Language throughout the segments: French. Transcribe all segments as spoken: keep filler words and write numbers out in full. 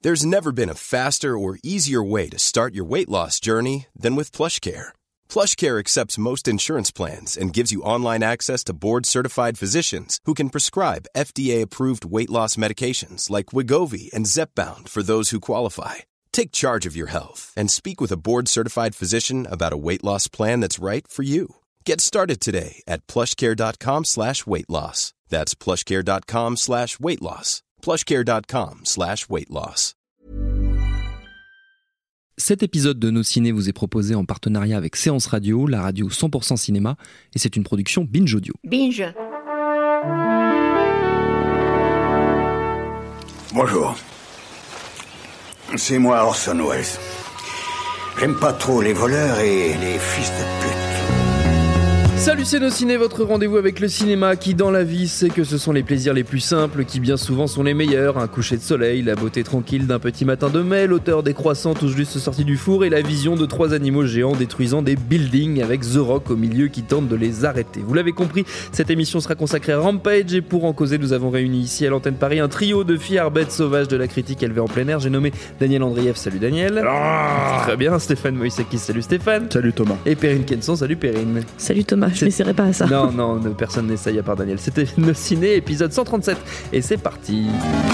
There's never been a faster or easier way to start your weight loss journey than with PlushCare. PlushCare accepts most insurance plans and gives you online access to board-certified physicians who can prescribe F D A-approved weight loss medications like Wegovy and Zepbound for those who qualify. Take charge of your health and speak with a board-certified physician about a weight loss plan that's right for you. Get started today at plushcare.com slash weight loss. That's plushcare.com slash weight loss. plushcare.com slash weight loss. Cet épisode de Nos Ciné vous est proposé en partenariat avec Séance Radio, la radio cent pour cent cinéma, et c'est une production Binge Audio. Binge. Bonjour. C'est moi Orson Welles. J'aime pas trop les voleurs et les fils de pute. Salut, c'est Nos Ciné, votre rendez-vous avec le cinéma qui, dans la vie, sait que ce sont les plaisirs les plus simples qui, bien souvent, sont les meilleurs. Un coucher de soleil, la beauté tranquille d'un petit matin de mai, l'auteur des croissants tout juste sortis du four et la vision de trois animaux géants détruisant des buildings avec The Rock au milieu qui tente de les arrêter. Vous l'avez compris, cette émission sera consacrée à Rampage et pour en causer, nous avons réuni ici à l'antenne Paris un trio de fiers bêtes sauvages de la critique élevée en plein air. J'ai nommé Daniel Andrieff, salut Daniel. Ah Très bien, Stéphane Moïsakis, salut Stéphane. Salut Thomas. Et Perrine Kenson, salut Perrine. Salut Thomas. Je n'essaierai pas à ça. Non, non, ne, personne n'essaye à part Daniel. C'était Nos Ciné, épisode cent trente-sept. Et c'est parti.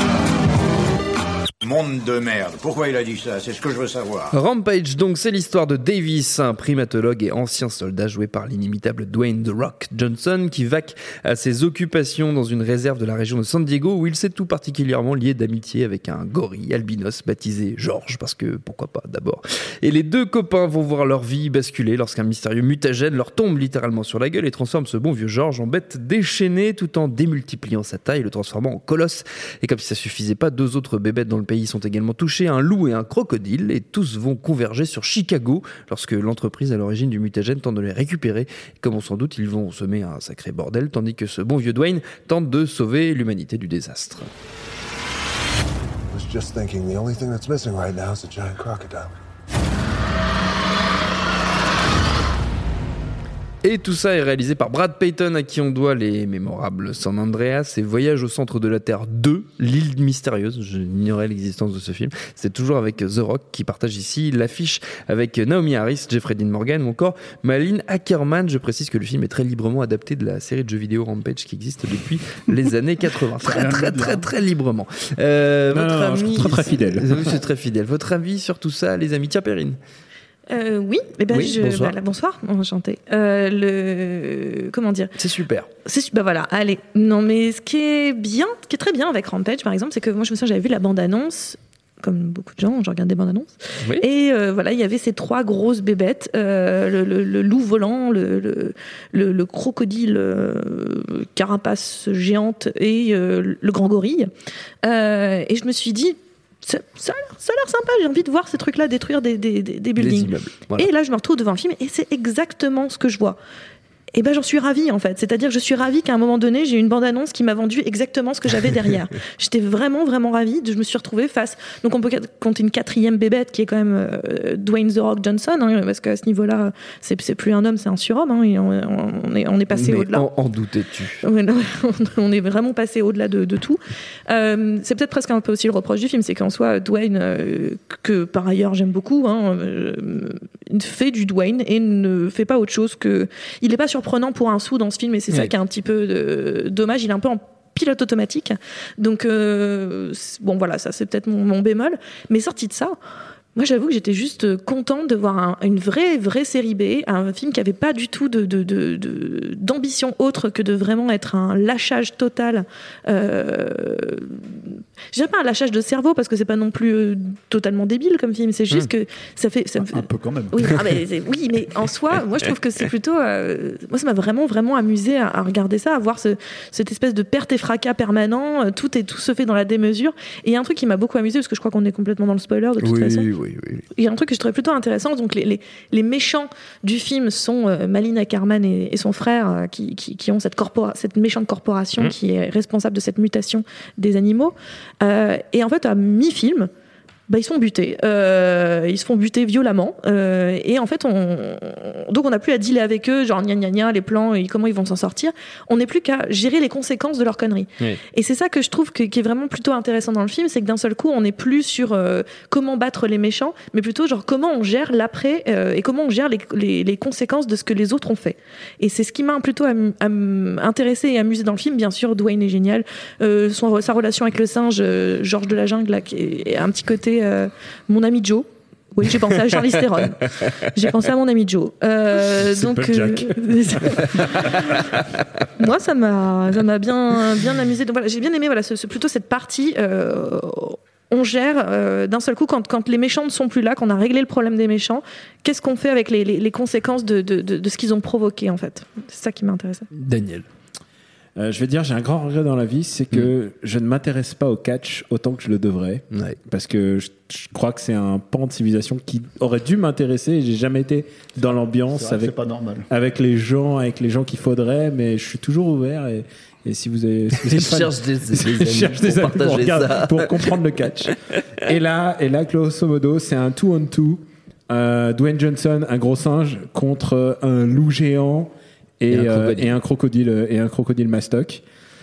Monde de merde. Pourquoi il a dit ça? C'est ce que je veux savoir. Rampage, donc, c'est l'histoire de Davis, un primatologue et ancien soldat joué par l'inimitable Dwayne The Rock Johnson, qui vaque à ses occupations dans une réserve de la région de San Diego, où il s'est tout particulièrement lié d'amitié avec un gorille albinos baptisé George, parce que pourquoi pas d'abord. Et les deux copains vont voir leur vie basculer lorsqu'un mystérieux mutagène leur tombe littéralement sur la gueule et transforme ce bon vieux George en bête déchaînée, tout en démultipliant sa taille, le transformant en colosse. Et comme si ça suffisait pas, deux autres bébêtes dans le pays sont également touchés, un loup et un crocodile, et tous vont converger sur Chicago lorsque l'entreprise à l'origine du mutagène tente de les récupérer. Comme on s'en doute, ils vont semer un sacré bordel, tandis que ce bon vieux Dwayne tente de sauver l'humanité du désastre. I was just thinking the only thing that's missing right now is a giant crocodile. Et tout ça est réalisé par Brad Payton, à qui on doit les mémorables San Andreas et Voyage au centre de la Terre deux, l'île mystérieuse. J'ignorais l'existence de ce film. C'est toujours avec The Rock qui partage ici l'affiche avec Naomi Harris, Jeffrey Dean Morgan ou encore Malin Ackerman. Je précise que le film est très librement adapté de la série de jeux vidéo Rampage qui existe depuis les années quatre-vingts. Très très très très librement. Euh, non, votre non, ami, très très fidèle. C'est très fidèle. Votre avis sur tout ça, les amis? Tiens, Perrine. Euh, oui, eh ben oui, je, bonsoir. Bah, là, bonsoir, enchanté. Euh, le, comment dire? C'est super. C'est, bah voilà, allez. Non, mais ce qui est bien, ce qui est très bien avec Rampage, par exemple, c'est que moi, je me souviens, j'avais vu la bande-annonce. Comme beaucoup de gens, je regarde des bandes annonces. Oui. Et euh, voilà, il y avait ces trois grosses bébêtes, euh, le, le, le loup volant, le, le, le, le crocodile euh, carapace géante et euh, le grand gorille. Euh, et je me suis dit, ça, ça, a l'air, ça a l'air sympa, j'ai envie de voir ces trucs-là détruire des, des, des, des buildings. Des immeubles, voilà. Et là, je me retrouve devant un film et c'est exactement ce que je vois. Et ben j'en suis ravie en fait, c'est-à-dire que je suis ravie qu'à un moment donné j'ai eu une bande-annonce qui m'a vendu exactement ce que j'avais derrière. J'étais vraiment vraiment ravie, je me suis retrouvée face, donc on peut compter une quatrième bébête qui est quand même euh, Dwayne The Rock Johnson, hein, parce qu'à ce niveau-là c'est, c'est plus un homme, c'est un surhomme, hein, et on, on, est, on est passé Mais au-delà. En, en doutais-tu? Ouais, non, on est vraiment passé au-delà de, de tout. Euh, c'est peut-être presque un peu aussi le reproche du film, c'est qu'en soi Dwayne, euh, que par ailleurs j'aime beaucoup, hein, euh, fait du Dwayne et ne fait pas autre chose que, il n'est pas sur surprenant pour un sou dans ce film et c'est ouais. ça qui est un petit peu de, dommage, il est un peu en pilote automatique donc euh, bon voilà, ça c'est peut-être mon, mon bémol, mais sorti de ça, moi j'avoue que j'étais juste contente de voir un, une vraie vraie série B, un film qui avait pas du tout de, de, de, de, d'ambition autre que de vraiment être un lâchage total, euh, je dirais pas un lâchage de cerveau parce que c'est pas non plus euh, totalement débile comme film, c'est juste mmh. que ça fait ça me fait... un peu quand même. Oui, ah mais, oui, mais en soi, moi je trouve que c'est plutôt euh, moi ça m'a vraiment vraiment amusé à, à regarder ça, à voir ce, cette espèce de perte et fracas permanent, euh, tout est tout se fait dans la démesure. Et il y a un truc qui m'a beaucoup amusé parce que je crois qu'on est complètement dans le spoiler de toute oui, façon. Oui, oui, oui. Il y a un truc que je trouvais plutôt intéressant, donc les les, les méchants du film sont euh, Malin Ackerman et, et son frère euh, qui, qui qui ont cette corpora- cette méchante corporation mmh. qui est responsable de cette mutation des animaux. Euh, et en fait, à mi-film, Bah, ils sont butés. Euh, ils se font buter violemment. Euh, et en fait, on, donc on n'a plus à dealer avec eux, genre gna gna gna, les plans, et comment ils vont s'en sortir. On n'est plus qu'à gérer les conséquences de leurs conneries. Oui. Et c'est ça que je trouve que, qui est vraiment plutôt intéressant dans le film, c'est que d'un seul coup, on n'est plus sur euh, comment battre les méchants, mais plutôt genre comment on gère l'après euh, et comment on gère les, les, les conséquences de ce que les autres ont fait. Et c'est ce qui m'a plutôt am- am- intéressé et amusé dans le film. Bien sûr, Dwayne est génial. Euh, son, sa relation avec le singe, euh, Georges de la Jungle, là, qui est un petit côté euh, mon ami Joe. Oui, j'ai pensé à Charlize Theron. J'ai pensé à mon ami Joe. Euh, c'est donc, pas Jack. Euh, moi, ça m'a, ça m'a bien, bien amusé. Donc voilà, j'ai bien aimé voilà, ce, ce, plutôt cette partie. Euh, on gère euh, d'un seul coup quand, quand les méchants ne sont plus là, qu'on a réglé le problème des méchants. Qu'est-ce qu'on fait avec les, les, les conséquences de, de, de, de ce qu'ils ont provoqué en fait. C'est ça qui m'intéressait. Daniel. Euh, je vais dire, j'ai un grand regret dans la vie, c'est que mmh. je ne m'intéresse pas au catch autant que je le devrais. Ouais. Parce que je, je crois que c'est un pan de civilisation qui aurait dû m'intéresser et j'ai jamais été dans l'ambiance vrai, avec, c'est pas normal. avec les gens, avec les gens qu'il faudrait, mais je suis toujours ouvert et, et si vous avez, si vous êtes je cherche des, des, des je cherche des pour partager pour, ça. pour comprendre le catch. Et là, et là, grosso modo, c'est un two on two. Euh, Dwayne Johnson, un gros singe contre un loup géant. Et, et, un euh, et un crocodile et un crocodile mastoc.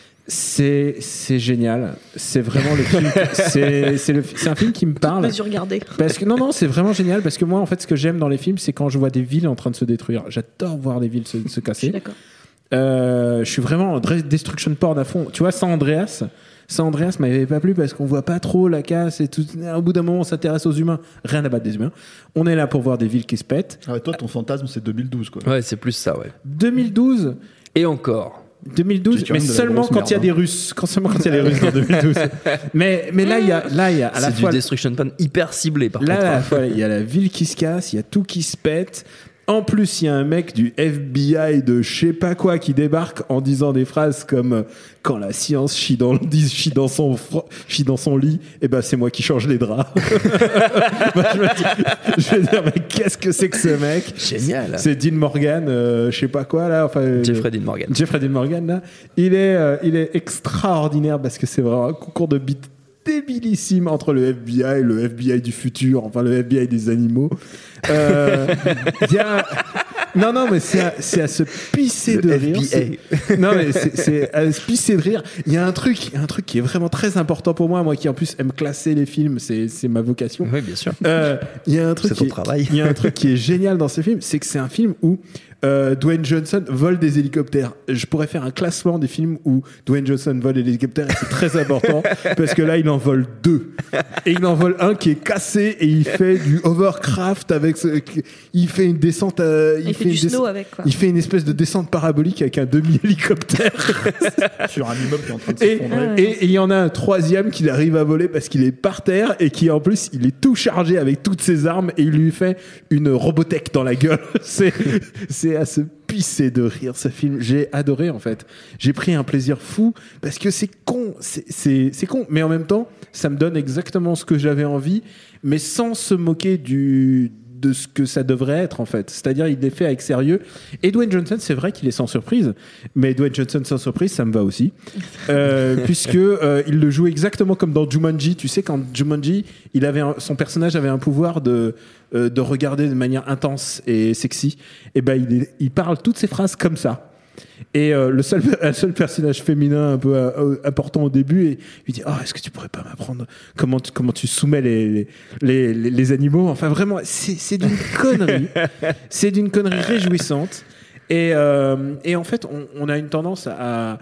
C'est c'est génial. C'est vraiment le film. c'est c'est le c'est un film qui me parle. Mesure gardée. Parce que non non c'est vraiment génial parce que moi en fait ce que j'aime dans les films c'est quand je vois des villes en train de se détruire. J'adore voir des villes se, se casser. Je suis d'accord. Euh, je suis vraiment destruction porn à fond. Tu vois, San Andreas. San Andreas m'avait pas plu parce qu'on voit pas trop la casse et tout. Au bout d'un moment, on s'intéresse aux humains. Rien à battre des humains. On est là pour voir des villes qui se pètent. Ah ouais, toi, ton fantasme, c'est deux mille douze, quoi. Ouais, c'est plus ça, ouais. deux mille douze. Et encore. deux mille douze, mais seulement quand il y a des Russes. Quand seulement quand il y a des Russes dans deux mille douze. Mais, mais là, il y a, là, il y a à la c'est fois. du destruction porn hyper ciblé, par là, contre. Là, à la fois, il y a la ville qui se casse, il y a tout qui se pète. En plus, il y a un mec du F B I de je sais pas quoi qui débarque en disant des phrases comme « Quand la science chie dans, chie dans, son, chie dans son lit, eh ben c'est moi qui change les draps. » Moi, je, me dis, je vais dire, mais qu'est-ce que c'est que ce mec ? Génial. C'est Dean Morgan, euh, je sais pas quoi là. Enfin, Jeffrey Dean Morgan. Jeffrey Dean Morgan, là. Il est, euh, il est extraordinaire parce que c'est vraiment un concours de beats débilissime entre le F B I, le F B I du futur, enfin le F B I des animaux. Euh, y a... Non, non, mais c'est à, c'est à se pisser le de F B I. rire. C'est... Non, mais c'est, c'est à se pisser de rire. Il y a un truc, un truc qui est vraiment très important pour moi, moi qui en plus aime classer les films, c'est, c'est ma vocation. Oui, bien sûr. Euh, il y a un truc c'est ton qui travail. Est, il y a un truc qui est génial dans ce film, c'est que c'est un film où Euh, Dwayne Johnson vole des hélicoptères. Je pourrais faire un classement des films où Dwayne Johnson vole des hélicoptères et c'est très important parce que là il en vole deux et il en vole un qui est cassé et il fait du hovercraft avec ce... il fait une descente à... il, il fait, fait du des... snow avec quoi. Il fait une espèce de descente parabolique avec un demi-hélicoptère sur un immeuble qui est en train de et, s'effondrer. et il y en a un troisième qui arrive à voler parce qu'il est par terre et qui en plus il est tout chargé avec toutes ses armes et il lui fait une Robotech dans la gueule. c'est, c'est à se pisser de rire ce film. J'ai adoré en fait. J'ai pris un plaisir fou parce que c'est con, c'est, c'est, c'est con, mais en même temps ça me donne exactement ce que j'avais envie, mais sans se moquer du de ce que ça devrait être en fait. C'est-à-dire il est fait avec sérieux. Et Dwayne Johnson, c'est vrai qu'il est sans surprise, mais Dwayne Johnson sans surprise, ça me va aussi, euh, puisque euh, il le joue exactement comme dans Jumanji. Tu sais, quand Jumanji, il avait un, son personnage avait un pouvoir de euh, de regarder de manière intense et sexy. Et ben il est, il parle toutes ces phrases comme ça. Et euh, le seul, un seul personnage féminin un peu euh, important au début, et il dit oh, est-ce que tu pourrais pas m'apprendre comment tu, comment tu soumets les, les, les, les animaux. Enfin vraiment c'est, c'est d'une connerie. C'est d'une connerie réjouissante. Et, euh, et en fait on, on a une tendance à,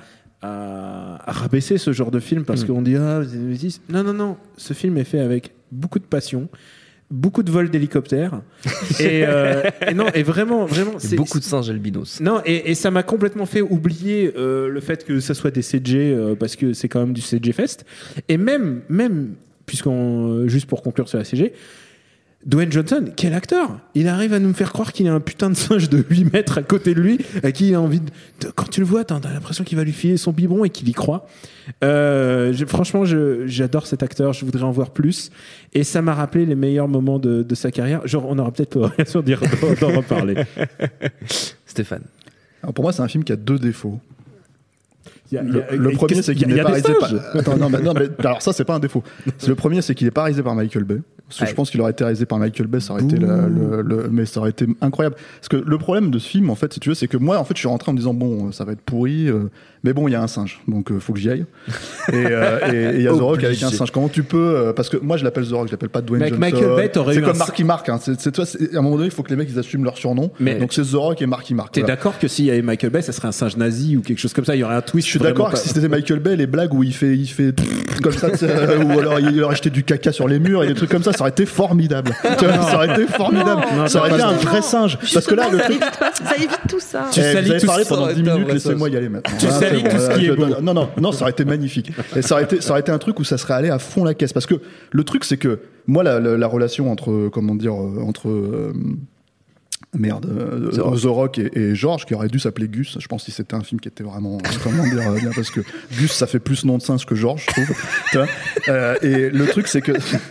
à, à rabaisser ce genre de film parce mmh. qu'on dit ah, non non non, ce film est fait avec beaucoup de passion, beaucoup de vols d'hélicoptères et, euh, et non et vraiment vraiment c'est beaucoup de singes albinos. Non et, et ça m'a complètement fait oublier euh, le fait que ça soit des C G euh, parce que c'est quand même du C G Fest et même même puisqu'on juste pour conclure sur la C G, Dwayne Johnson, quel acteur! Il arrive à nous faire croire qu'il y a un putain de singe de huit mètres à côté de lui, à qui il a envie de... Quand tu le vois, t'as l'impression qu'il va lui filer son biberon et qu'il y croit. Euh, je, franchement, je, j'adore cet acteur, je voudrais en voir plus. Et ça m'a rappelé les meilleurs moments de, de sa carrière. Genre, on aura peut-être l'occasion d'en, d'en reparler. Stéphane. Alors pour moi, c'est un film qui a deux défauts. Y a, le, y a, le premier, c'est qu'il n'est pas réalisé par... Attends, non, mais, non, mais alors ça, c'est pas un défaut. C'est le premier, c'est qu'il n'est pas réalisé par Michael Bay. Parce que Ouais. je pense qu'il aurait été réalisé par Michael Bay, ça aurait été la- le, le- mais ça aurait été incroyable. Parce que le problème de ce film, en fait, si tu veux, c'est que moi, en fait, je suis rentré en me disant bon, ça va être pourri, euh, mais bon, il y a un singe, donc euh, faut que j'y aille. Et euh, et- et il y a The Rock avec un singe. Comment tu peux euh, Parce que moi, je l'appelle The Rock, je l'appelle pas Dwayne Mais avec Johnson. Michael Bay, t'aurais c'est eu comme un- Marky Mark. Hein. C'est, c'est, toi, c'est- à un moment donné, il faut que les mecs ils assument leur surnom. Mais- donc c'est The Rock et Marky Mark. T'es Voilà. d'accord que s'il y avait Michael Bay, ça serait un singe nazi ou quelque chose comme ça? Il y aurait un twist. Je suis vraiment d'accord pas- que si c'était Michael Bay, les blagues où il fait, il fait comme ça, tu sais, euh, ou alors il aurait jeté du caca sur les murs et des trucs comme ça, ça aurait été formidable. Tu vois, ça aurait été formidable. Non, ça aurait été un justement. vrai singe. Parce que là, le ça truc. évite, pas- ça évite tout ça. Tu Eh, salis vous avez tout parlé ce- pendant ça aurait dix été un minutes, vrai laissez-moi singe. y aller maintenant. Tu Voilà, salis c'est tout ce qui je- est beau. Non, non, non, ça aurait été magnifique. Et ça aurait été, ça aurait été un truc où ça serait allé à fond la caisse. Parce que le truc, c'est que moi, la, la, la relation entre, comment dire, euh, entre. euh, Merde, euh, The Rock. The Rock et, et George, qui aurait dû s'appeler Gus. Je pense si c'était un film qui était vraiment, comment dire, euh, bien, parce que Gus, ça fait plus nom de singe que George, je trouve. Tu vois. Euh, et le truc, c'est que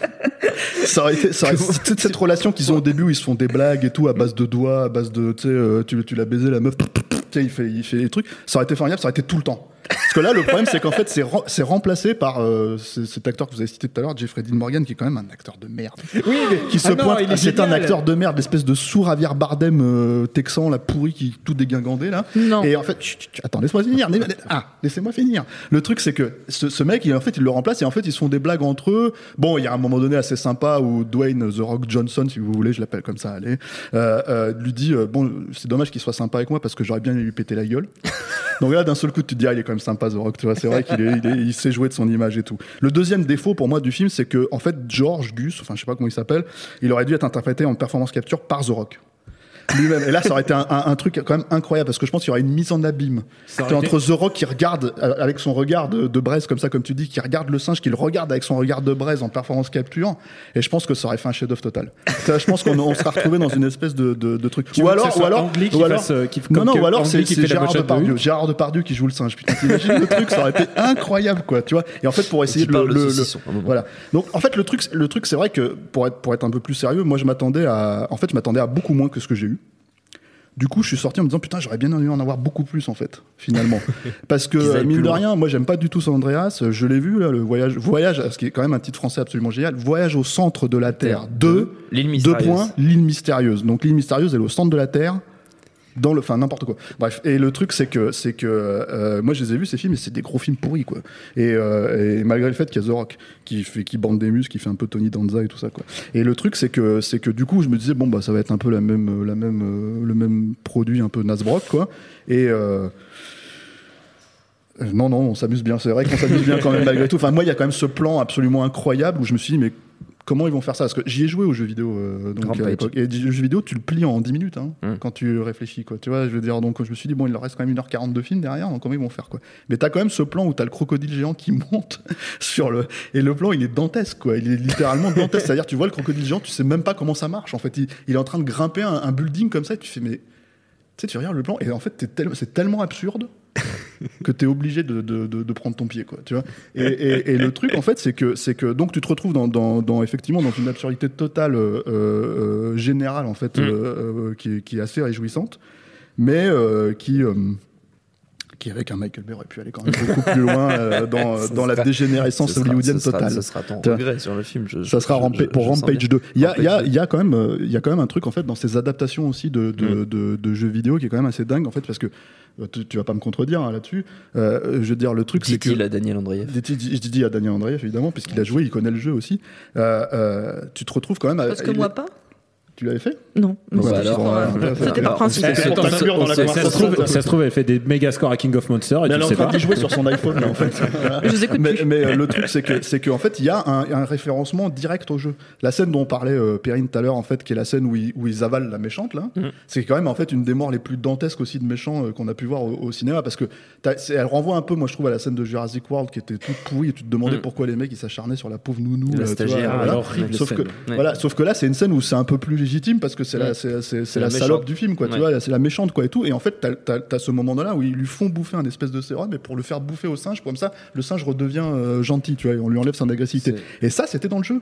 ça aurait été, ça aurait, toute cette relation qu'ils ont au début où ils se font des blagues et tout à base de doigts, à base de, tu sais, euh, tu, tu l'as baisé la meuf, tu sais, il fait, il fait des trucs. Ça aurait été formidable, ça aurait été tout le temps. Parce que là, le problème, c'est qu'en fait, c'est, rem- c'est remplacé par euh, c- cet acteur que vous avez cité tout à l'heure, Jeffrey Dean Morgan, qui est quand même un acteur de merde. Oui, mais Qui se Ah non, pointe, il est c'est un génial. acteur de merde, l'espèce de sous Javier Bardem euh, texan, la pourri qui tout dégingandé là. Non. Et en fait, chut, chut, attends, laisse-moi finir. Laisse- Ah, laissez-moi finir. Le truc, c'est que ce, ce mec, il, en fait, il le remplace et en fait, ils se font des blagues entre eux. Bon, il y a un moment donné assez sympa où Dwayne The Rock Johnson, si vous voulez, je l'appelle comme ça, allez, euh, euh, lui dit euh, bon, c'est dommage qu'il soit sympa avec moi parce que j'aurais bien lui péter la gueule. Donc là, d'un seul coup, tu te dis, ah, il est quand même sympa, The Rock, tu vois, c'est vrai qu'il est, il, est- il sait jouer de son image et tout. Le deuxième défaut pour moi du film, c'est que, en fait, George Gus, enfin, je sais pas comment il s'appelle, il aurait dû être interprété en performance capture par The Rock. Lui-même. Et là, ça aurait été un, un, un truc quand même incroyable parce que je pense qu'il y aurait une mise en abîme. Ça aurait Tu vois, été- entre The Rock qui regarde euh, avec son regard de, de braise, comme ça, comme tu dis, qui regarde le singe, qui le regarde avec son regard de braise en performance capture. Et je pense que ça aurait fait un chef-d'œuvre total. Ça, je pense qu'on on sera retrouvé dans une espèce de, de, de truc. Tu Ou veux que alors, ce soit ou alors, Ang Lee qui ou alors- fasse, euh, qui- non, comme non, que ou alors Ang c'est Lee qui c'est fait la Gérard motion de Depardieu. Hulk. Gérard Depardieu qui joue le singe. Putain, t'imagines le truc, ça aurait été incroyable, quoi, tu vois. Et en fait, pour essayer qui de le, parle de le- le- saucisson, à un moment. voilà. Donc, en fait, le truc, le truc, c'est vrai que pour être, pour être un peu plus sérieux, moi, je m'attendais à, en fait, je m'attendais à beaucoup moins que ce que j'ai eu. Du coup, je suis sorti en me disant putain, j'aurais bien aimé en avoir beaucoup plus en fait, finalement, parce que Qu'ils aillent mine plus de loin. rien, moi j'aime pas du tout San Andreas. Je l'ai vu là, le voyage, voyage, ce qui est quand même un titre français absolument génial, Voyage au centre de la Terre. Deux, L'île deux mystérieuse. points, l'île mystérieuse. Donc l'île mystérieuse, elle est au centre de la Terre. Dans le, enfin n'importe quoi. Bref, et le truc c'est que c'est que euh, moi je les ai vus ces films et c'est des gros films pourris quoi. Et, euh, et malgré le fait qu'il y a The Rock qui fait qui bande des muscles, qui fait un peu Tony Danza et tout ça quoi. Et le truc c'est que c'est que du coup je me disais bon bah ça va être un peu la même la même euh, le même produit un peu Nasbrock quoi. Et euh, non non on s'amuse bien, c'est vrai qu'on s'amuse bien quand même malgré tout. Enfin moi il y a quand même ce plan absolument incroyable où je me suis dit mais comment ils vont faire ça? Parce que j'y ai joué aux jeux vidéo euh, donc Rampage. à l'époque. Et les jeux vidéo, tu le plies en dix minutes hein, Mm. quand tu réfléchis. Quoi. Tu vois, je veux dire, donc je me suis dit, bon, il leur reste quand même une heure quarante de film derrière, donc comment ils vont faire quoi? Mais t'as quand même ce plan où t'as le crocodile géant qui monte sur le. Et le plan, il est dantesque, quoi. Il est littéralement dantesque. C'est-à-dire, tu vois le crocodile géant, tu sais même pas comment ça marche. En fait, il, il est en train de grimper un, un building comme ça, et tu fais, mais. Tu sais, tu regardes le plan, et en fait, t'es tel- c'est tellement absurde que t'es obligé de, de, de, de prendre ton pied, quoi, tu vois. Et, et, et le truc, en fait, c'est que, c'est que donc tu te retrouves dans, dans, dans effectivement dans une absurdité totale, euh, euh, générale, en fait, Mm. euh, euh, qui, est, qui est assez réjouissante, mais euh, qui euh, qui avec un Michael Bay aurait pu aller quand même beaucoup plus loin euh, dans, Ça dans la sera- dégénérescence Ce sera- hollywoodienne ce sera- totale. Ce sera ton Tu vois. regret sur le film. je- Ça je- sera je- Rampa- je- pour je sens Rampage bien. deux. Il y a, il y, a, Rampage il y a quand même, euh, il y a quand même un truc en fait dans ces adaptations aussi de, de, Mm. de, de jeux vidéo qui est quand même assez dingue en fait parce que euh, tu, tu vas pas me contredire hein, là-dessus. Euh, je veux dire le truc c'est que Dit-il à Daniel Andreev. je dis- je dis à Daniel Andreev évidemment puisqu'il a joué, il connaît le jeu aussi. Euh, euh, tu te retrouves quand même. Parce que il- moi pas. Tu l'avais fait? Non. mais Bon, c'était bah juste alors, pour, euh, euh, C'était par alors, principe. C'était pour Attends, t'inclure dans la ça, ça se conversation. trouve, ça se trouve, elle fait des méga scores à King of Monsters et Mais tu elle le est en sais train pas. d'y jouer sur son iPhone là, en fait. Voilà. Je les écoute mais, plus. mais, euh, le truc c'est que c'est qu'en fait il y a un, un référencement direct au jeu. La scène dont parlait euh, Perrine tout à l'heure en fait, qui est la scène où ils, où ils avalent la méchante là, Mm. c'est quand même en fait une des morts les plus dantesques aussi de méchants euh, qu'on a pu voir au, au cinéma parce que t'as- c'est- elle renvoie un peu moi je trouve à la scène de Jurassic World qui était toute pourrie et tu te demandais Mm. pourquoi les mecs ils s'acharnaient sur la pauvre nounou. La là, tu stagiaire, vois, ah, voilà. alors, horrible Sauf que scène. Ouais. voilà, sauf que là c'est une scène où c'est un peu plus légitime parce que c'est la Ouais. c'est c'est- c'est La la méchante. salope du film quoi, tu Ouais. vois, là, c'est la méchante quoi et tout et en fait t'as t'as- t'as ce moment là où ils lui font bouffer un espèce de sérum mais pour le faire bouffer au singe comme ça le singe redevient euh, gentil tu vois et on lui enlève son agressivité et ça c'était dans le jeu.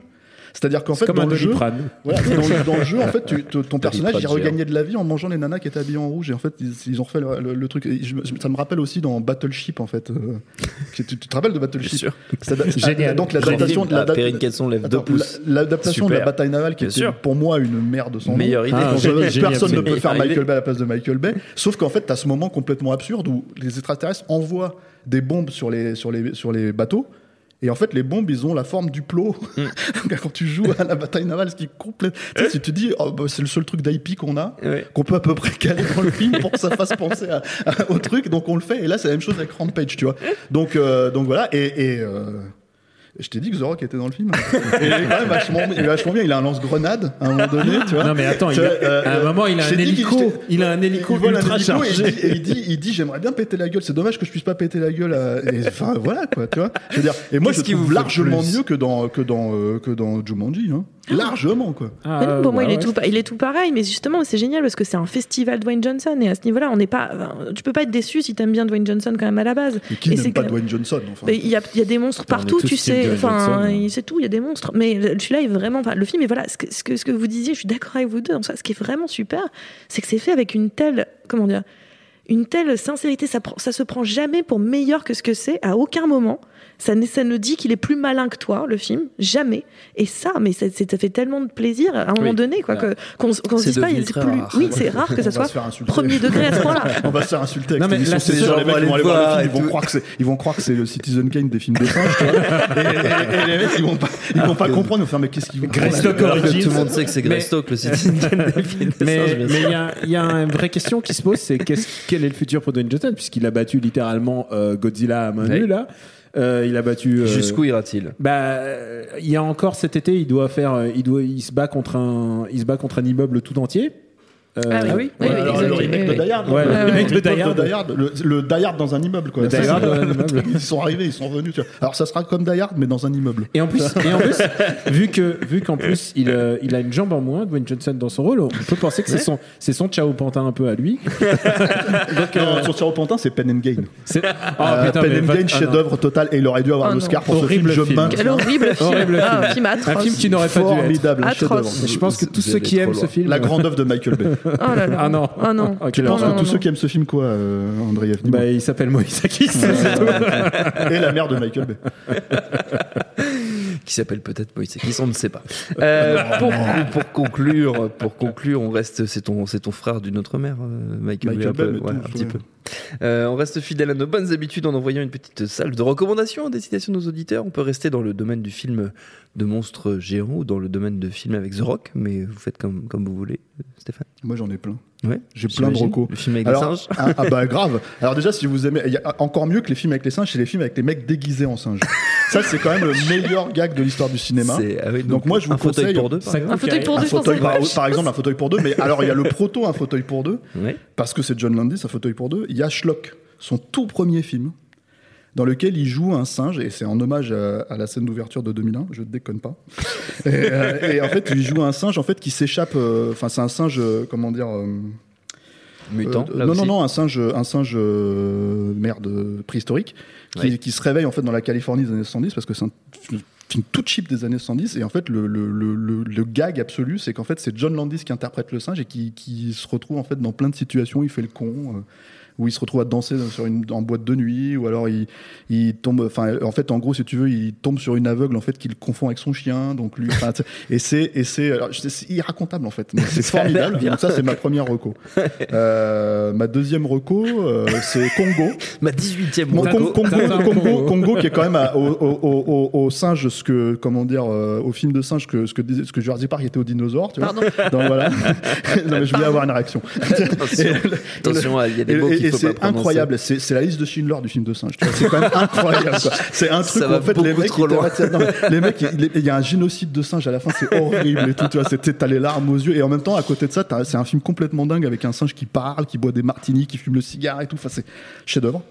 C'est-à-dire qu'en fait, comme dans un le, jeu, Doliprane. voilà, dans, le, dans le jeu, en fait, tu, t- ton personnage, il Doliprane regagnait de la vie en mangeant les nanas qui étaient habillées en rouge. Et en fait, ils, ils ont refait le, le, le truc. Et je, ça me rappelle aussi dans Battleship, en fait. Euh, tu, tu te rappelles de Battleship? Bien sûr. C'est, Génial. Donc l'adaptation de la, Ah, Perrine Quetson lève deux Attends, pouces. la- l'adaptation de la Super. bataille navale qui Bien était sûr. pour moi une merde sans nom. Meilleure idée. Ah, Donc, génial, euh, génial, personne ne génial. peut faire Meilleure Michael idée. Bay à la place de Michael Bay. Sauf qu'en fait, tu as ce moment complètement absurde où les extraterrestres envoient des bombes sur les, sur les, sur les bateaux. Et en fait, les bombes, ils ont la forme du plot. Mm. Quand tu joues à la bataille navale, ce qui est complète. Tu sais, si tu dis, oh, bah, c'est le seul truc d'I P qu'on a, Ouais. qu'on peut à peu près caler dans le film pour que ça fasse penser à, à- au truc, donc on le fait. Et là, c'est la même chose avec Rampage, tu vois. Donc, euh, donc voilà. Et, et euh, je t'ai dit que The Rock était dans le film. Et il est quand même vachement, il est vachement bien. Il a un lance-grenade à un moment donné, tu vois. Non mais attends, il Tu a- vois, euh, à un moment il a je un t'ai dit qu'il- hélico, je t'ai- il a un hélico il vole un ultra hélico et il chargé. dit, et il dit, il dit, j'aimerais bien péter la gueule. C'est dommage que je puisse pas péter la gueule. À... Et, enfin voilà quoi, tu vois. Je veux dire. Et moi Qu'est-ce je qui vous trouve fait largement plus mieux que dans que dans euh, que dans Jumanji, hein. Largement quoi. Ah, Mais non, pour moi, bah il, est ouais. tout, pa- il est tout pareil, mais justement, c'est génial parce que c'est un festival Dwayne Johnson et à ce niveau-là, on n'est pas, enfin, tu peux pas être déçu si t'aimes bien Dwayne Johnson quand même à la base. Et qui Et n'aime c'est pas que- Dwayne Johnson enfin. Mais il y a, il y a des monstres On est partout, tous tu team sais. Dwayne Enfin, Johnson, il- c'est tout, il y a des monstres. Mais le- celui-là est vraiment. Enfin, le film est voilà. Ce que, ce que, ce que vous disiez, je suis d'accord avec vous deux. En soi, ce qui est vraiment super, c'est que c'est fait avec une telle, comment dire, une telle sincérité. Ça, prend- ça se prend jamais pour meilleur que ce que c'est. À aucun moment, ça, ne- ça ne dit qu'il est plus malin que toi, le film. Jamais. Et ça, mais ça, ça fait tellement de plaisir à un moment Oui. donné, quoi, que qu'on, qu'on se C'est dise pas, devenu il est très plus. rare. Oui, c'est rare que On ça va soit se faire insulter. premier degré à ce point-là. On va se faire insulter avec Non, cette mais émission. là, C'est c'est les gens, sûr, les mecs on va qui vont aller aller voir voir le et film, ils vont tout. croire que c'est, ils vont croire que c'est le Citizen Kane des films de singes, tu vois. Et, et- et les mecs, ils vont pas, ils vont pas comprendre, ils vont faire, mais qu'est-ce qu'ils vont Greystock prendre, là, Alors que Origins. tout le monde sait que c'est Mais- Greystock, le Citizen Kane des films de Mais singes, bien mais sûr. il y a, il y a une vraie question qui se pose, c'est qu'est-ce, quel est le futur pour Dwayne Johnson, puisqu'il a battu littéralement euh, Godzilla à main Ouais. nue là. Euh, il a battu. euh, Jusqu'où ira-t-il? Bah, euh, il y a encore cet été, il doit faire, euh, il doit, il se bat contre un, il se bat contre un immeuble tout entier. Euh, Ah oui. Ah oui? Oui, oui, Alors, exact, le oui, remake de oui. Die Hard, Ouais, le le remake remake de de Die Hard. Die Hard, le, le Die Hard dans un immeuble, quoi. Le Die Ça, Hard c'est- dans un immeuble. Ils sont arrivés, ils sont venus. Tu vois. Alors ça sera comme Die Hard, mais dans un immeuble. Et en plus, et en plus, vu que, vu qu'en plus il, euh, il a une jambe en moins, Dwayne Johnson dans son rôle, on peut penser que c'est son, c'est son Ciao Pantin un peu à lui. Donc, euh, sur Thierry Pantin, c'est Pen and Gain. C'est, oh, Euh, putain, Pen mais and va- Gain, ah, chef-d'œuvre total, et il aurait dû avoir Oh l'Oscar non. pour ce film. Horrible Je film. maintiens. Quel horrible film. Horrible Ah, film. un film atroce. Un film qui n'aurait pas dû être. Formidable, Atroce. chef-d'œuvre. Je pense que tous Vous ceux allez qui trop aiment loin. ce film. La grande œuvre de Michael Bay. Oh là là. Ah non. Ah non. Ok, Je pense non, que non, tous non. ceux qui aiment ce film, quoi, euh, Andreev, dis-moi. Bah, il s'appelle Moïse Akis. c'est tout. Et la mère de Michael Bay. Qui s'appelle peut-être Moïse Akis, on ne sait pas. Euh, pour, pour conclure, pour conclure, on reste, c'est ton, c'est ton frère d'une autre mère, euh, Michael, Michael Bay, un, Bay, peu, mais voilà, tout, un petit ouais. peu. Euh, on reste fidèle à nos bonnes habitudes en envoyant une petite salve de recommandations à destination de nos auditeurs. On peut rester dans le domaine du film de monstres géants ou dans le domaine de film avec The Rock, mais vous faites comme, comme vous voulez, Stéphane. Moi, j'en ai plein. Ouais, J'ai plein de j'imagine. recos. Le film avec Alors, les singes. ah, ah bah grave. Alors déjà, si vous aimez, il y a encore mieux que les films avec les singes, c'est les films avec les mecs déguisés en singes. Ça, c'est quand même le meilleur gag de l'histoire du cinéma. C'est- ah oui, Donc moi, je vous un fauteuil conseille- pour deux. par Ça exemple. Un fauteuil pour deux, Un je pense. fauteuil, par, ouais. par exemple, un fauteuil pour deux. Mais alors, il y a le proto, un fauteuil pour deux, Ouais. parce que c'est John Landis, un fauteuil pour deux. Il y a Schlock, son tout premier film, dans lequel il joue un singe, et c'est en hommage à, à la scène d'ouverture de deux mille un, je ne déconne pas. Et, euh, et en fait, il joue un singe en fait, qui s'échappe, enfin, c'est un singe, euh, comment dire... euh, Mutant. euh, là non, aussi. non, non, un singe, un singe euh, merde euh, préhistorique qui, Oui. qui se réveille en fait dans la Californie des années soixante-dix parce que c'est un film tout cheap des années soixante-dix et en fait le, le, le, le, le gag absolu c'est qu'en fait c'est John Landis qui interprète le singe et qui, qui se retrouve en fait dans plein de situations, il fait le con. Euh, où il se retrouve à danser sur une, en boîte de nuit, ou alors il, il tombe, enfin, en fait, en gros, si tu veux, il tombe sur une aveugle, en fait, qu'il confond avec son chien, donc lui, enfin, tu sais, et c'est, et c'est, alors, c'est c'est irracontable, en fait, mais c'est Ça a l'air formidable. bien. Donc ça, c'est ma première reco. Euh, ma deuxième reco, euh, c'est Congo. Ma dix-huitième Mon Tintin- Congo, Congo, Tintin Congo, Congo. Congo, qui est quand même à- au, au, au, au, au singe, ce que, comment dire, euh, au film de singe, que, ce que, disait- ce que Jurassic Park était aux dinosaures, tu vois. Pardon. Donc voilà. Non, mais je voulais avoir une réaction. Attention, attention, il y a des Et, mots et- qu'il et faut c'est pas prononcer. incroyable, c'est c'est la liste de Schindler du film de singe. tu vois. C'est quand même incroyable. quoi. C'est un truc Ça où va en fait les beaucoup mecs, trop ils loin. t'arrêtent- non, mais les mecs, il il y a un génocide de singes à la fin, c'est horrible et tout. Tu vois, c'est- t'as les larmes aux yeux et en même temps à côté de ça, t'as- c'est un film complètement dingue avec un singe qui parle, qui boit des martinis, qui fume le cigare et tout. Enfin, c'est chef-d'œuvre.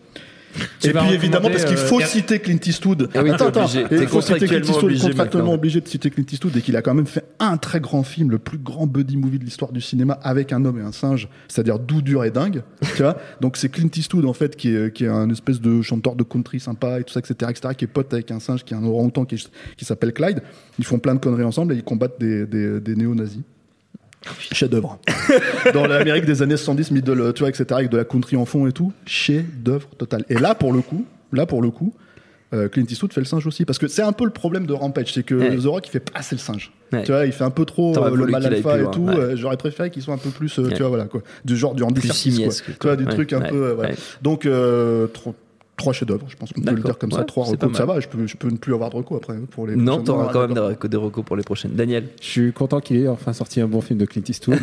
Tu Et vas puis évidemment, recommander, parce qu'il faut euh, citer Clint Eastwood. Ah oui, t'es attends, attends. obligé. Et T'es il faut citer Clint contractuellement Eastwood, obligé contractuellement maintenant. obligé de citer Clint Eastwood et qu'il a quand même fait un très grand film, le plus grand buddy movie de l'histoire du cinéma avec un homme et un singe, c'est-à-dire Doux, dur et dingue. Tu vois, donc c'est Clint Eastwood en fait qui est qui est un espèce de chanteur de country sympa et tout ça, et cetera, et cetera, qui est pote avec un singe qui est un orang-outan qui, qui s'appelle Clyde. Ils font plein de conneries ensemble et ils combattent des, des, des néo-nazis. Chef-d'œuvre. Dans l'Amérique des années soixante-dix, middle, tu vois, et cetera, avec de la country en fond et tout. Chef-d'œuvre total. Et là, pour le coup, là, pour le coup, euh, Clint Eastwood fait le singe aussi. Parce que c'est un peu le problème de Rampage, c'est que Ouais. The Rock, il fait pas assez le singe. Ouais. Tu vois, il fait un peu trop T'aurais euh, le voulu mal qu'il aille alpha plus et loin, tout. ouais. Euh, j'aurais préféré qu'ils soient un peu plus, euh, Ouais. tu vois, voilà, quoi. Du genre du Andy Plus Serkis, quoi. simiesque, Tu vois, quoi. des Ouais, trucs un ouais, peu, euh, voilà. ouais. Donc, euh, trop. Trois chefs-d'œuvre, je pense qu'on peut le D'accord. dire comme ça. Ouais, Trois c'est recos, pas ça mal. va. Je peux, je peux ne plus avoir de recos après pour les. Non, prochaines- t'auras Ah, quand même des, d'accord. rec- des recos pour les prochaines. Daniel. Je suis content qu'il ait enfin sorti un bon film de Clint Eastwood.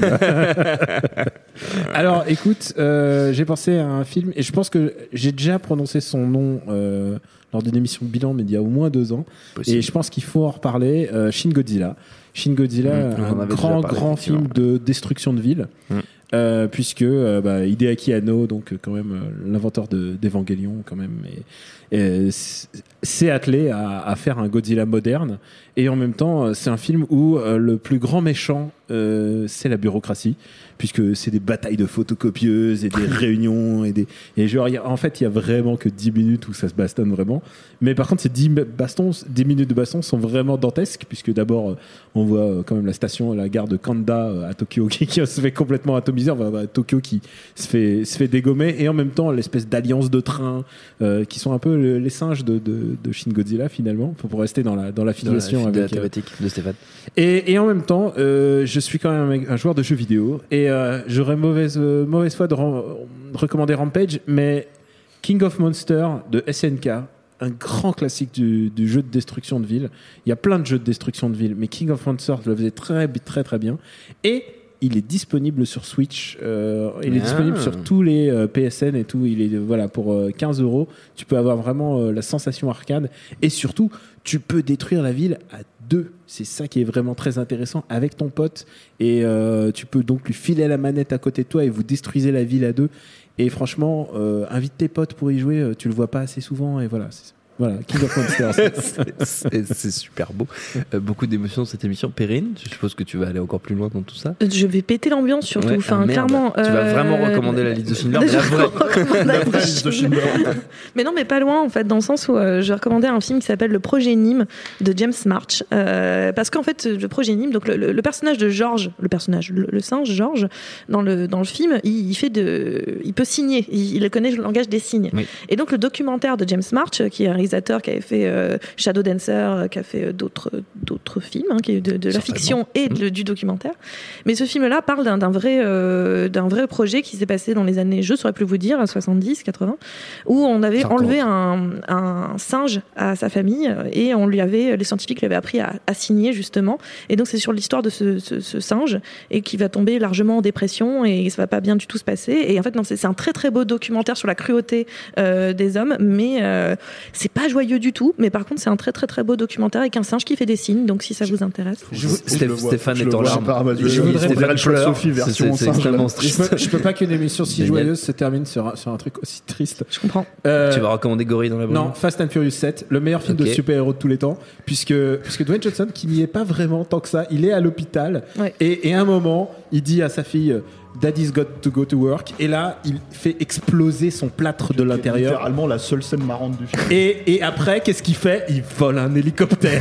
Alors, écoute, euh, j'ai pensé à un film et je pense que j'ai déjà prononcé son nom euh, lors d'une émission de bilan, mais il y a au moins deux ans. Possible. Et je pense qu'il faut en reparler. Euh, Shin Godzilla. Shin Godzilla, Mmh, on en un avait grand, déjà parlé, grand film effectivement. de destruction de ville. Mmh. Euh, puisque euh, bah, Hideaki Anno, donc euh, quand même euh, l'inventeur de, d'Evangelion, quand même, et, et s- s'est attelé à, à faire un Godzilla moderne. Et en même temps, euh, c'est un film où euh, le plus grand méchant, euh, c'est la bureaucratie, puisque c'est des batailles de photocopieuses et des réunions et des et genre, il y a- en fait, il y a vraiment que dix minutes où ça se bastonne vraiment. Mais par contre, ces dix bastons, dix minutes de baston sont vraiment dantesques, puisque d'abord, euh, on voit euh, quand même la station, la gare de Kanda euh, à Tokyo qui, qui se fait complètement atomiser. Enfin, bah, Tokyo qui se fait, se fait dégommer, et en même temps, l'espèce d'alliance de trains euh, qui sont un peu le- les singes de, de, de Shin Godzilla finalement, pour, pour rester dans la, dans la filiation de la avec, euh, thématique de Stéphane. et, et en même temps, euh, je suis quand même un, mec- un joueur de jeux vidéo et euh, j'aurais mauvaise, euh, mauvaise foi de ram- recommander Rampage, mais King of Monsters de S N K, un grand classique du, du jeu de destruction de ville. Il y a plein de jeux de destruction de ville, mais King of Monsters le faisait très, très, très bien. Et il est disponible sur Switch. Euh, il est Ah. disponible sur tous les euh, P S N et tout. Il est euh, voilà pour euh, quinze euros. Tu peux avoir vraiment euh, la sensation arcade et surtout tu peux détruire la ville à deux. C'est ça qui est vraiment très intéressant avec ton pote et euh, tu peux donc lui filer la manette à côté de toi et vous détruisez la ville à deux. Et franchement, euh, invite tes potes pour y jouer. euh, Tu le vois pas assez souvent et voilà. C'est, voilà, King of Monsters. c'est, c'est- c'est super beau. Euh, beaucoup d'émotions dans cette émission. Perrine, je suppose que tu vas aller encore plus loin dans tout ça. Je vais péter l'ambiance surtout. Ouais, enfin, ah, merde. clairement. Tu vas vraiment recommander la liste de Schindler, mais la je vraie. recommande la La liste de Schindler. Mais non, mais pas loin en fait, dans le sens où euh, je vais recommander un film qui s'appelle Le Projet Nîmes de James March, euh, parce qu'en fait, le Projet Nîmes, donc le, le- le personnage de George, le personnage, le, le singe George, dans le dans le film, il, il fait de, il peut signer, il, il connaît le langage des signes. Oui. Et donc le documentaire de James March, qui est un réalisateur qui avait fait euh, Shadow Dancer, euh, qui a fait euh, d'autres d'autres films, hein, qui est de, de la Certainement. fiction et de- du documentaire. Mais ce film-là parle d'un d'un vrai euh, d'un vrai projet qui s'est passé dans les années, je saurais plus vous dire, soixante-dix, quatre-vingts, où on avait cinquante. enlevé un, un singe à sa famille et on lui avait, les scientifiques lui avaient appris à, à signer justement. Et donc c'est sur l'histoire de ce, ce, ce singe et qui va tomber largement en dépression et ça va pas bien du tout se passer. Et en fait non, c'est c'est un très très beau documentaire sur la cruauté euh, des hommes, mais euh, c'est pas joyeux du tout. Mais par contre c'est un très très très beau documentaire avec un singe qui fait des signes. Donc si ça vous intéresse. Je- Stéph- je le vois. Stéphane Je est le en vois larmes. par- bah, Je je voudrais- Stéphane Stéphane pleure. Sophie, C'est- version c'est singe, extrêmement là. Je triste. peux, je peux pas qu'une émission si Génial. joyeuse se termine sur un, sur un truc aussi triste. Je comprends. Euh, Tu vas recommander Gorille dans la brume. Non, Fast and Furious sept, le meilleur film Ok. de super-héros de tous les temps, puisque, puisque Dwayne Johnson, qui n'y est pas vraiment tant que ça, il est à l'hôpital, Ouais. et, et à un moment, il dit à sa fille euh, Daddy's got to go to work, et là, il fait exploser son plâtre de l'intérieur. Littéralement la seule scène marrante du film. Et, et après, qu'est-ce qu'il fait? Il vole un hélicoptère.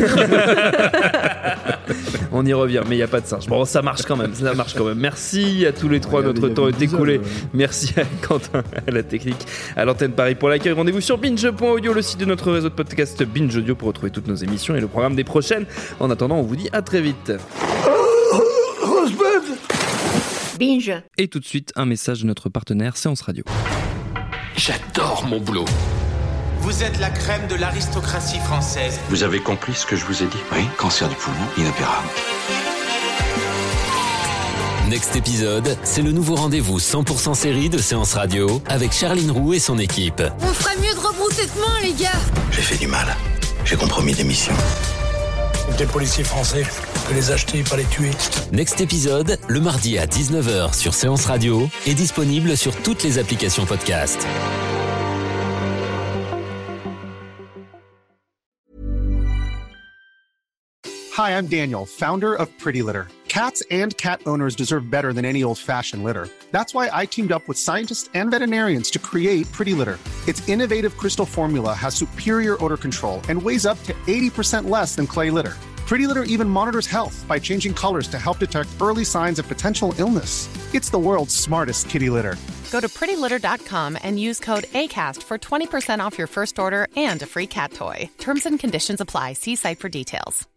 On y revient, mais il n'y a pas de singe. Bon, ça marche quand même, ça marche quand même. Merci à tous les trois, Il y avait- notre il y temps avait est dix heures, écoulé. euh. Merci à Quentin, à la technique, à l'antenne Paris pour l'accueil. Rendez-vous sur binge point audio, le site de notre réseau de podcast Binge Audio pour retrouver toutes nos émissions et le programme des prochaines. En attendant, on vous dit à très vite. Binge. Et tout de suite, un message de notre partenaire Séance Radio. J'adore mon boulot. Vous êtes la crème de l'aristocratie française. Vous avez compris ce que je vous ai dit? Oui, cancer du poumon, inopérable. Next épisode, c'est le nouveau rendez-vous cent pour cent série de Séance Radio avec Charline Roux et son équipe. On ferait mieux de rebrousser de main, les gars. J'ai fait du mal. J'ai compromis des missions. Des policiers français, on peut les acheter, pas les tuer. Next épisode, le mardi à dix-neuf heures sur Séance Radio, est disponible sur toutes les applications podcast. Hi, I'm Daniel, founder of Pretty Litter. Cats and cat owners deserve better than any old-fashioned litter. That's why I teamed up with scientists and veterinarians to create Pretty Litter. Its innovative crystal formula has superior odor control and weighs up to eighty percent less than clay litter. Pretty Litter even monitors health by changing colors to help detect early signs of potential illness. It's the world's smartest kitty litter. Go to pretty litter dot com and use code ACAST for twenty percent off your first order and a free cat toy. Terms and conditions apply. See site for details.